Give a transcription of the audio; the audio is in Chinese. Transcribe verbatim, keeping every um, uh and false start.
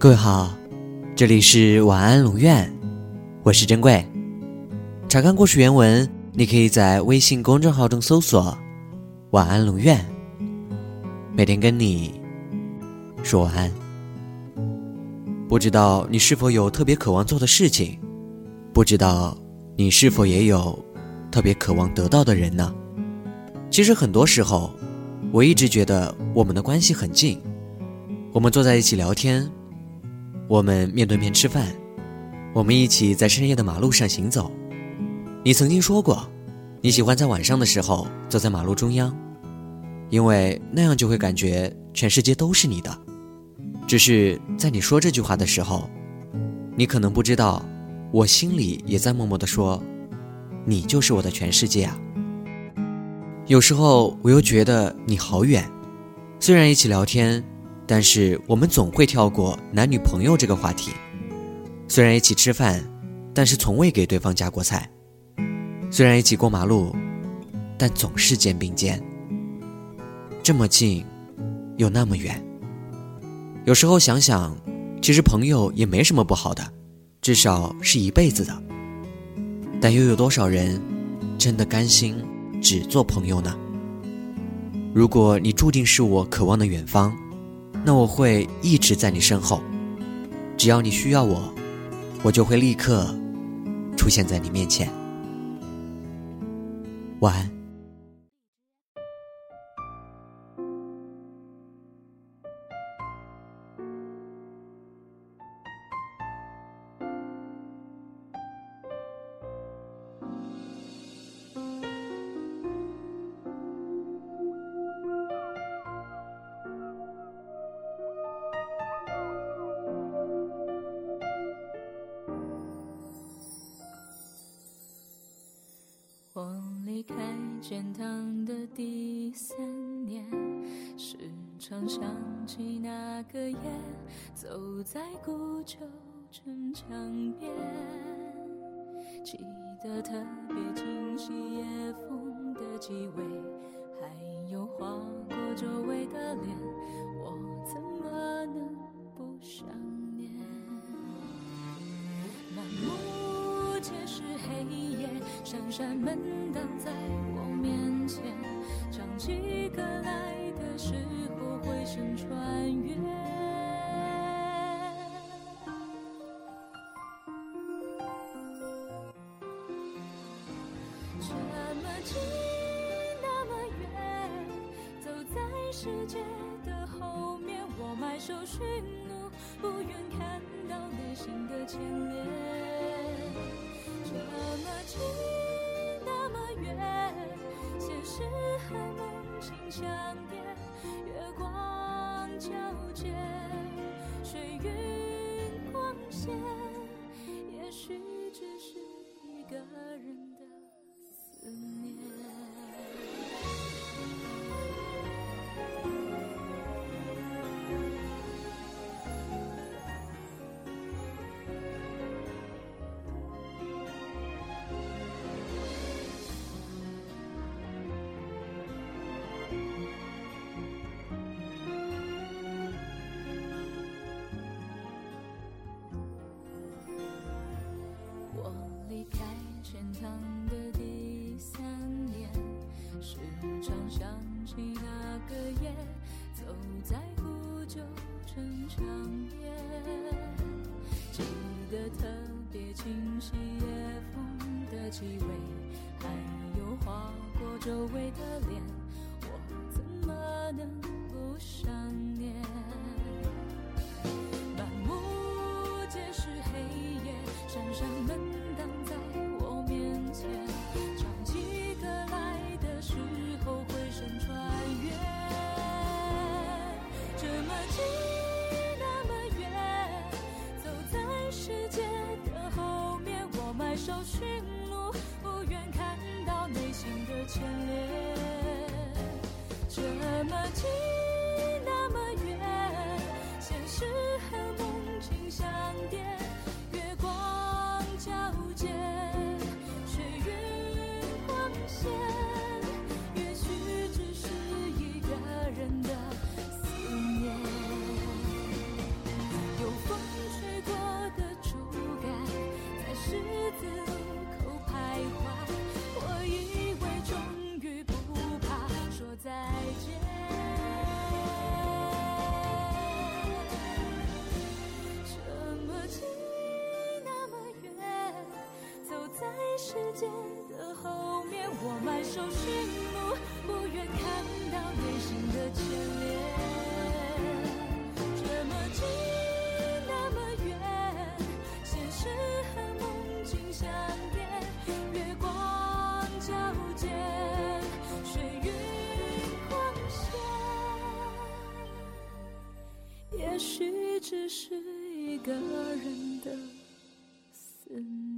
各位好，这里是晚安龙院，我是珍贵。查看故事原文，你可以在微信公众号中搜索晚安龙院，每天跟你说晚安。不知道你是否有特别渴望做的事情，不知道你是否也有特别渴望得到的人呢？其实很多时候，我一直觉得我们的关系很近，我们坐在一起聊天，我们面对面吃饭，我们一起在深夜的马路上行走。你曾经说过，你喜欢在晚上的时候走在马路中央，因为那样就会感觉全世界都是你的。只是在你说这句话的时候，你可能不知道，我心里也在默默地说，你就是我的全世界啊。有时候我又觉得你好远，虽然一起聊天，但是我们总会跳过男女朋友这个话题。虽然一起吃饭，但是从未给对方夹过菜。虽然一起过马路，但总是肩并肩。这么近，又那么远。有时候想想，其实朋友也没什么不好的，至少是一辈子的。但又有多少人真的甘心只做朋友呢？如果你注定是我渴望的远方，那我会一直在你身后，只要你需要我，我就会立刻出现在你面前。晚安。 我离开天堂的第三年，时常想起那个夜，走在古旧城墙边，记得特别清晰夜风的气味，还有划过周围的脸，我怎么能不想念？满目皆是黑夜，闪闪门挡在我面前，唱起歌来的时候回声穿越，这么近那么远，走在世界的后面，我埋首寻路，不愿看到内心的牵连。这么近那么远，现实和梦境相叠，月光交界，水云光线，也许只是一个人的思念。离开天堂的第三年，时常想起那个夜，走在古旧城墙边，记得特别清晰夜风的气味，还有划过周围的脸，我怎么能不想念？满目皆是黑夜，闪闪门挡在我面前，唱起歌来的时候回声穿越，这么近那么远，走在世界的后面，我埋首寻路，不愿看到内心的牵连。这么近那么远，现实和梦境相叠，月光交界，水云光线，也许只是一个人的思念。有风界的后面，我埋首寻路，不愿看到内心的牵连。这么近那么远，现实和梦境相连，月光交界，水云晃现，也许只是一个人的思念。